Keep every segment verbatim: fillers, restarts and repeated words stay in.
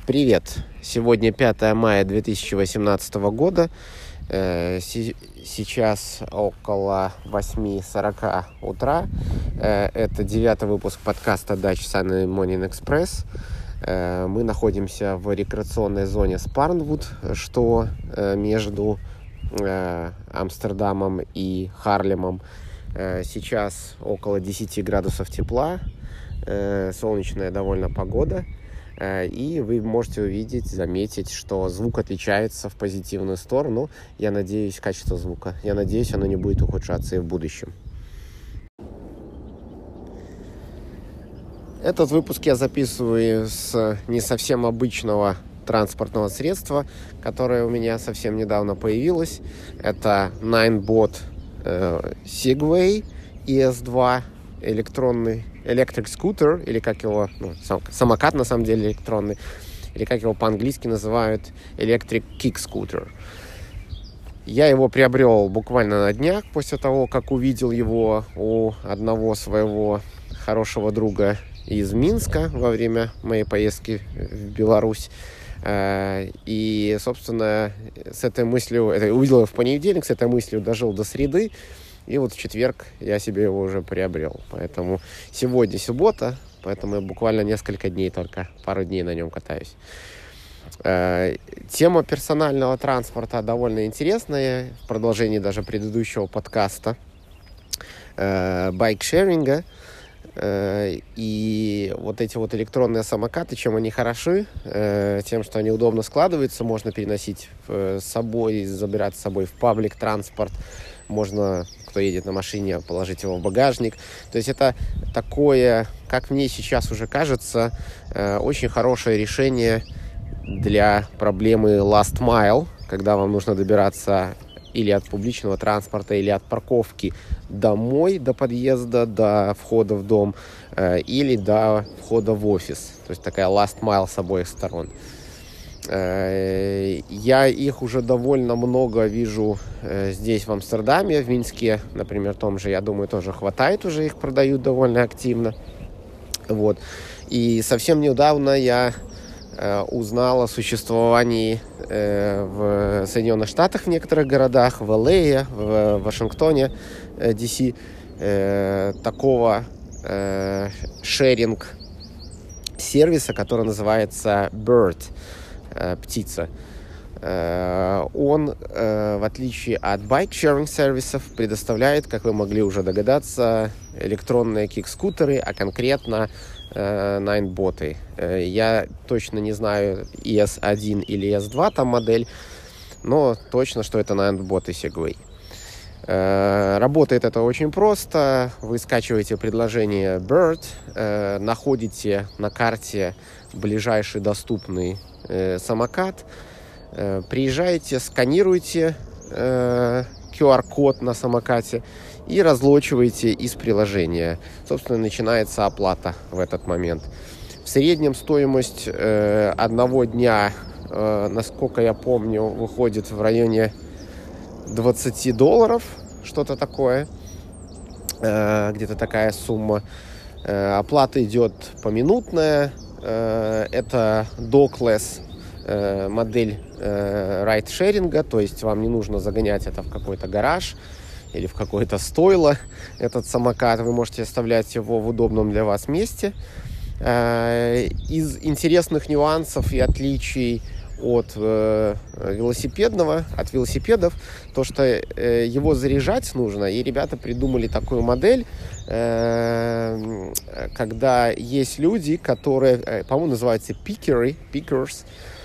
Привет! Сегодня пятое мая две тысячи восемнадцатого года. Сейчас около восемь сорок утра. Это девятый выпуск подкаста Dutch Sunday Morning Express. Мы находимся в рекреационной зоне Спарнвуд, что между Амстердамом и Харлемом. Сейчас около десять градусов тепла, солнечная довольно погода. И вы можете увидеть, заметить, что звук отличается в позитивную сторону. Я надеюсь, качество звука. Я надеюсь, оно не будет ухудшаться и в будущем. Этот выпуск я записываю с не совсем обычного транспортного средства, которое у меня совсем недавно появилось. Это Ninebot э, Segway и эс два, электронный электрик скутер, или как его, ну, сам, самокат на самом деле электронный, или как его по-английски называют, электрик кик скутер. Я его приобрел буквально на днях после того, как увидел его у одного своего хорошего друга из Минска во время моей поездки в Беларусь. И, собственно, с этой мыслью, это увидел его в понедельник, с этой мыслью дожил до среды. И вот в четверг я себе его уже приобрел. Поэтому сегодня суббота, поэтому я буквально несколько дней только, пару дней на нем катаюсь. Э, тема персонального транспорта довольно интересная. В продолжении даже предыдущего подкаста э, байк-шеринга. Э, и вот эти вот электронные самокаты, чем они хороши? Э, тем, что они удобно складываются, можно переносить с собой, забирать с собой в паблик-транспорт. Можно, кто едет на машине, положить его в багажник. То есть это такое, как мне сейчас уже кажется, очень хорошее решение для проблемы last mile, когда вам нужно добираться или от публичного транспорта, или от парковки домой, до подъезда, до входа в дом, или до входа в офис. То есть такая last mile с обоих сторон. Я их уже довольно много вижу здесь, в Амстердаме, в Минске, например, том же, я думаю, тоже хватает, уже их продают довольно активно. Вот. И совсем недавно я узнал о существовании в Соединенных Штатах в некоторых городах, в эл эй, в Вашингтоне, ди си, такого шеринг-сервиса, который называется Bird. Птица. Он, в отличие от байк-шеринг сервисов, предоставляет, как вы могли уже догадаться, электронные кик-скутеры, а конкретно Ninebot. Я точно не знаю, и эс один или эс два там модель, но точно, что это Ninebot и Segway. Работает это очень просто. Вы скачиваете приложение Bird, находите на карте ближайший доступный самокат, приезжаете, сканируете ку ар-код на самокате и разлочиваете из приложения. Собственно, начинается оплата в этот момент. В среднем стоимость одного дня, насколько я помню, выходит в районе двадцать долларов, что-то такое, где-то такая сумма. Оплата идет поминутная. Это dockless модель райд-шеринга, то есть вам не нужно загонять это в какой-то гараж или в какое-то стойло, этот самокат. Вы можете оставлять его в удобном для вас месте. Из интересных нюансов и отличий от велосипедного, от велосипедов, то, что его заряжать нужно, и ребята придумали такую модель, когда есть люди, которые, по-моему, называются пикеры, pickers,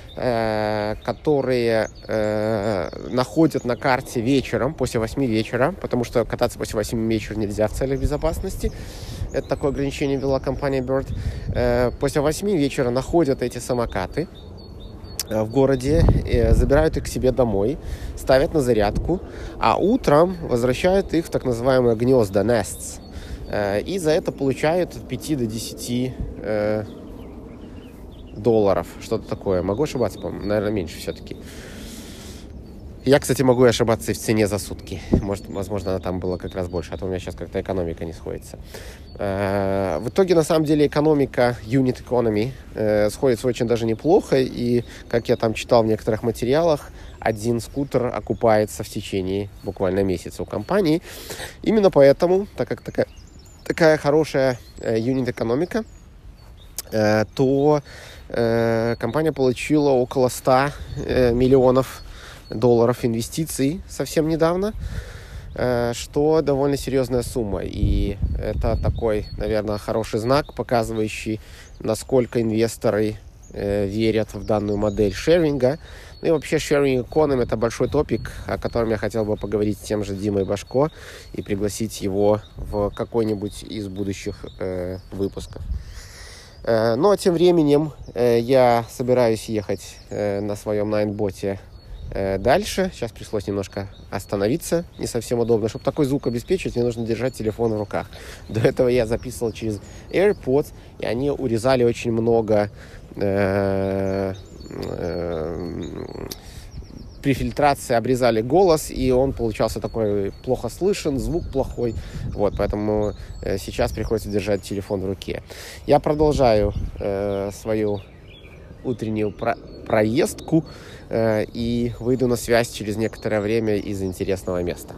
которые находят на карте вечером, после восьми вечера, потому что кататься после восьми вечера нельзя в целях безопасности. Это такое ограничение ввела компания Bird. После восьми вечера находят эти самокаты в городе, забирают их к себе домой, ставят на зарядку, а утром возвращают их в так называемые гнезда, nests, и за это получают от пяти до десяти долларов, что-то такое. Могу ошибаться, по-моему, наверное, меньше все-таки. Я, кстати, могу ошибаться и в цене за сутки. Может, возможно, она там была как раз больше, а то у меня сейчас как-то экономика не сходится. В итоге, на самом деле, экономика, unit economy, сходится очень даже неплохо. И, как я там читал в некоторых материалах, один скутер окупается в течение буквально месяца у компании. Именно поэтому, так как такая, такая хорошая unit экономика, то компания получила около ста миллионов долларов инвестиций совсем недавно, что довольно серьезная сумма. И это такой, наверное, хороший знак, показывающий, насколько инвесторы верят в данную модель шеринга. Ну и вообще sharing economy — это большой топик, о котором я хотел бы поговорить с тем же Димой Башко и пригласить его в какой-нибудь из будущих э, выпусков. Э, ну а тем временем э, я собираюсь ехать э, на своем Ninebot дальше. Сейчас пришлось немножко остановиться. Не совсем удобно. Чтобы такой звук обеспечить, мне нужно держать телефон в руках. До этого я записывал через AirPods, и они урезали очень много э, э, при фильтрации, обрезали голос, и он получался такой плохо слышен, звук плохой. Вот, поэтому э, сейчас приходится держать телефон в руке. Я продолжаю э, свою утреннюю про- проездку э, и выйду на связь через некоторое время из интересного места.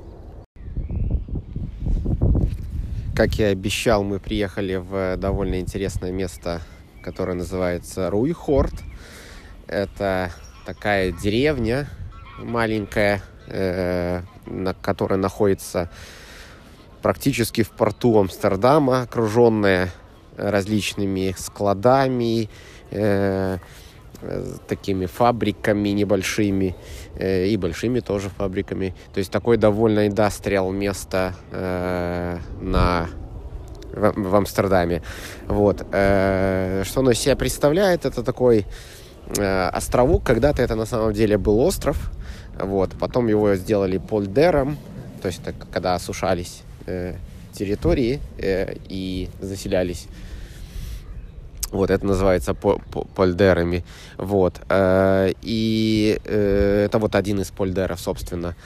Как я и обещал, мы приехали в довольно интересное место, которое называется Руйхорд. Это такая деревня маленькая, э, на которой находится практически в порту Амстердама, окруженная различными складами, Э, такими фабриками небольшими э, и большими тоже фабриками. То есть такое довольно индастриал место э, на, в, в Амстердаме. Вот. Э, что оно из себя представляет? Это такой э, островок. Когда-то это на самом деле был остров. Вот. Потом его сделали польдером. То есть это когда осушались э, территории э, и заселялись. Вот, это называется польдерами. Вот. И это вот один из польдеров, собственно.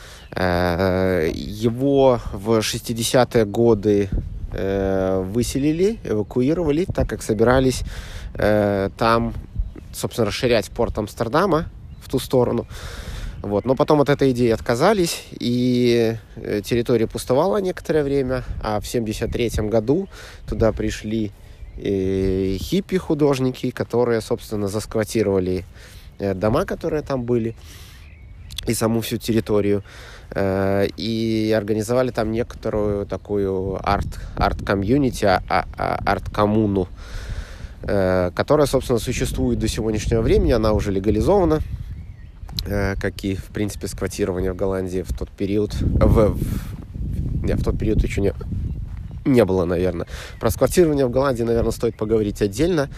Его в шестидесятые годы выселили, эвакуировали, так как собирались там, собственно, расширять порт Амстердама в ту сторону. Вот. Но потом от этой идеи отказались, и территория пустовала некоторое время. А в семьдесят третьем году туда пришли И хиппи-художники, которые, собственно, засквотировали дома, которые там были, и саму всю территорию, и организовали там некоторую такую арт, арт-комьюнити, арт-коммуну, которая, собственно, существует до сегодняшнего времени. Она уже легализована, как и, в принципе, сквотирование в Голландии в тот период. В, в, не, в тот период еще не... Не было, наверное. Про сквотирование в Голландии, наверное, стоит поговорить отдельно.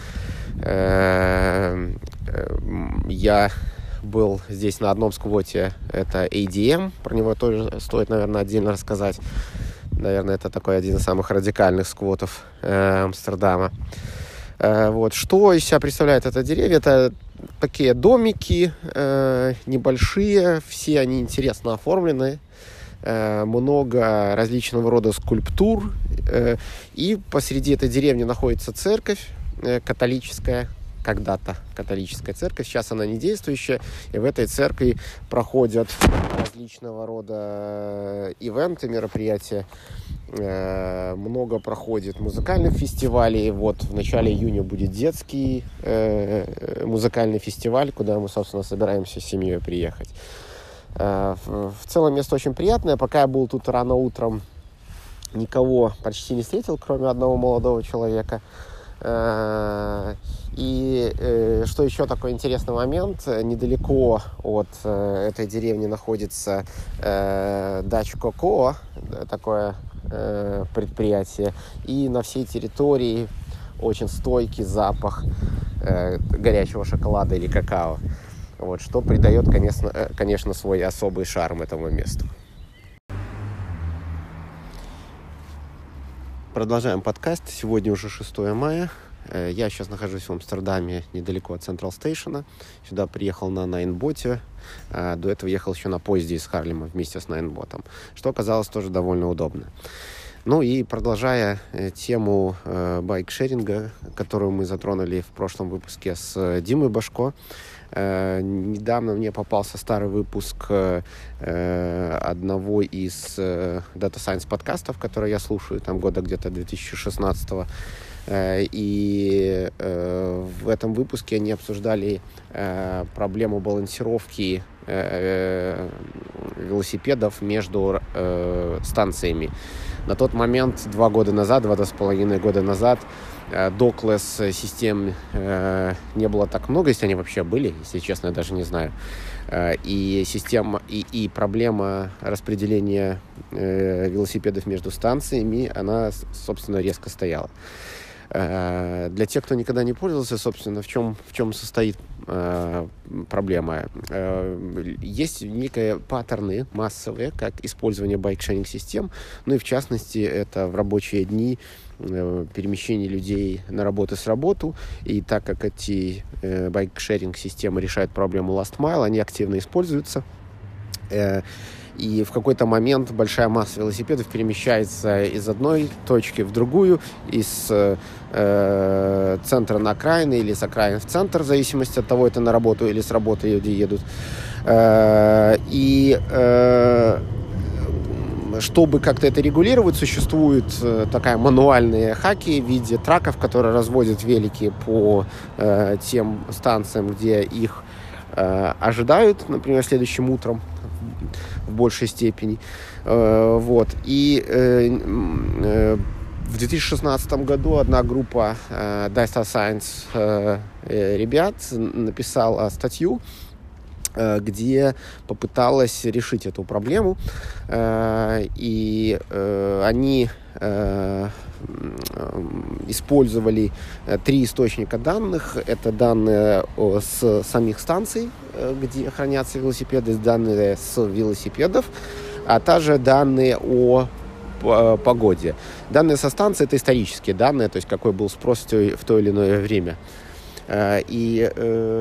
Я был здесь на одном сквоте, это эй ди эм. Про него тоже стоит, наверное, отдельно рассказать. Наверное, это такой один из самых радикальных сквотов Амстердама. Вот. Что из себя представляет эта деревня? Это такие домики небольшие, все они интересно оформлены. Много различного рода скульптур, и посреди этой деревни находится церковь католическая, когда-то католическая церковь, сейчас она не действующая, и в этой церкви проходят различного рода ивенты, мероприятия, много проходит музыкальных фестивалей. Вот в начале июня будет детский музыкальный фестиваль, куда мы, собственно, собираемся с семьей приехать. В целом место очень приятное. Пока я был тут рано утром, никого почти не встретил, кроме одного молодого человека. И что еще такой интересный момент, недалеко от этой деревни находится Dutch Cocoa, такое предприятие, и на всей территории очень стойкий запах горячего шоколада или какао. Вот, что придает, конечно, конечно, свой особый шарм этому месту. Продолжаем подкаст. Сегодня уже шестое мая. Я сейчас нахожусь в Амстердаме, недалеко от Централ Стейшена. Сюда приехал на Найнботе. До этого ехал еще на поезде из Харлема вместе с Найнботом, что оказалось тоже довольно удобно. Ну и продолжая тему байк-шеринга, которую мы затронули в прошлом выпуске с Димой Башко, недавно мне попался старый выпуск одного из Data Science подкастов, который я слушаю, там года где-то две тысячи шестнадцатого. И э, в этом выпуске они обсуждали э, проблему балансировки э, велосипедов между э, станциями. На тот момент, два года назад, два с половиной года назад, э, доклесс систем э, не было так много, если они вообще были, если честно, я даже не знаю. Э, и система, и, и проблема распределения э, велосипедов между станциями, она, собственно, резко стояла. Для тех, кто никогда не пользовался, собственно, в чем, в чем состоит э, проблема? Э, есть некие паттерны массовые, как использование байк-шеринг-систем, ну и в частности, это в рабочие дни э, перемещение людей на работу с работу, и так как эти э, байк-шеринг-системы решают проблему last mile, они активно используются. Э, И в какой-то момент большая масса велосипедов перемещается из одной точки в другую, из э, центра на окраины или с окраин в центр, в зависимости от того, это на работу или с работы люди едут. Э, и э, чтобы как-то это регулировать, существуют э, такая мануальные хаки в виде траков, которые разводят велики по э, тем станциям, где их э, ожидают, например, следующим утром, в большей степени. Э, вот. И э, э, в две тысячи шестнадцатом году одна группа э, Data Science э, ребят написала статью, э, где попыталась решить эту проблему. Э, и э, они э, использовали три источника данных. Это данные с самих станций, где хранятся велосипеды, данные с велосипедов, а также данные о погоде. Данные со станции — это исторические данные, то есть какой был спрос в то, в то или иное время. И,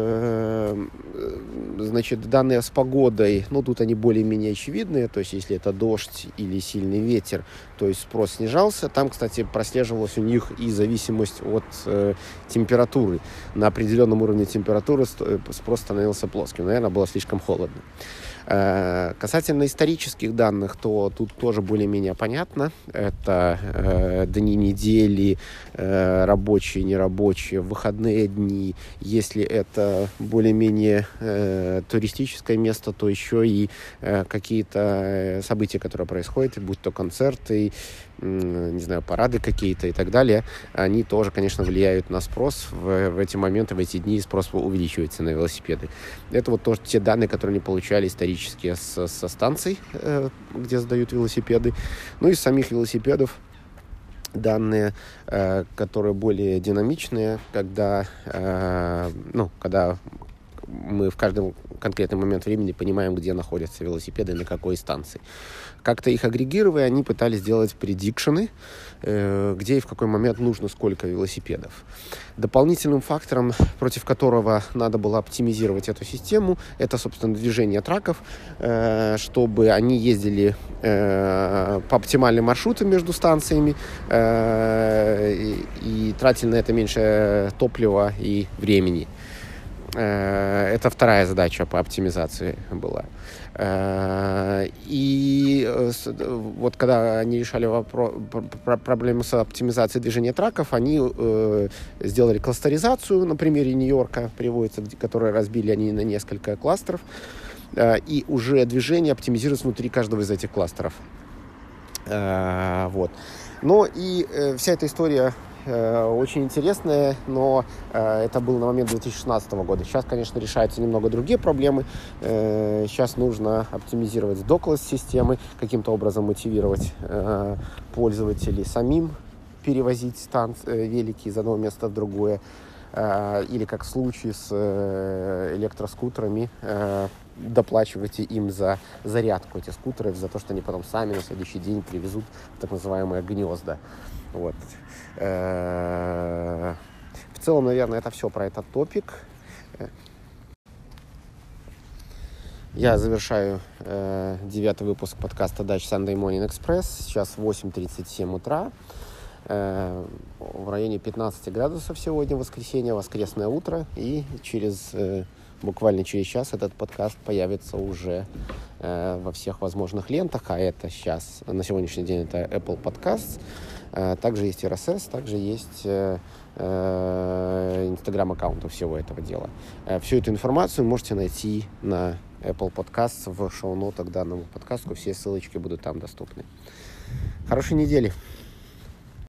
значит, данные с погодой, ну, тут они более-менее очевидные, то есть если это дождь или сильный ветер, то есть спрос снижался. Там, кстати, прослеживалась у них и зависимость от э, температуры. На определенном уровне температуры спрос становился плоским. Наверное, было слишком холодно. Э, касательно исторических данных, то тут тоже более-менее понятно. Это э, дни недели, э, рабочие, нерабочие, выходные дни. Если это более-менее э, туристическое место, то еще и э, какие-то события, которые происходят, будь то концерты, не знаю, парады какие-то и так далее, они тоже, конечно, влияют на спрос. В, в эти моменты, в эти дни спрос увеличивается на велосипеды. Это вот тоже те данные, которые они получали исторически с, со станций, э, где сдают велосипеды. Ну и с самих велосипедов данные, э, которые более динамичные, когда, э, ну, когда мы в каждый конкретный момент времени понимаем, где находятся велосипеды, на какой станции. Как-то их агрегируя, они пытались сделать предикшены, э, где и в какой момент нужно сколько велосипедов. Дополнительным фактором, против которого надо было оптимизировать эту систему, это, собственно, движение траков, э, чтобы они ездили э, по оптимальным маршрутам между станциями э, и, и тратили на это меньше топлива и времени. Это вторая задача по оптимизации была. И вот когда они решали вопрос, проблему с оптимизацией движения траков, они сделали кластеризацию, на примере Нью-Йорка приводится, которые разбили они на несколько кластеров, и уже движение оптимизируется внутри каждого из этих кластеров. Вот. Ну и вся эта история очень интересная, но э, это было на момент две тысячи шестнадцатого года. Сейчас, конечно, решаются немного другие проблемы. Э, сейчас нужно оптимизировать доклесс системы, каким-то образом мотивировать э, пользователей самим перевозить станции, э, велики из одного места в другое. Э, или, как в случае с э, электроскутерами, э, доплачивайте им за зарядку этих скутеров, за то, что они потом сами на следующий день привезут в так называемые гнезда. Вот. В целом, наверное, это все про этот топик. Я завершаю э, девятый выпуск подкаста Dutch Sunday Morning Express. Сейчас восемь тридцать семь утра. Э, в районе пятнадцать градусов сегодня, воскресенье, воскресное утро. И через э, буквально через час этот подкаст появится уже э, во всех возможных лентах. А это сейчас, на сегодняшний день, это Apple Podcasts. Э, также есть эр эс эс, также есть э, э, Instagram-аккаунты всего этого дела. Э, всю эту информацию можете найти на Apple Podcasts в шоу-нотах к данному подкасту. Все ссылочки будут там доступны. Хорошей недели!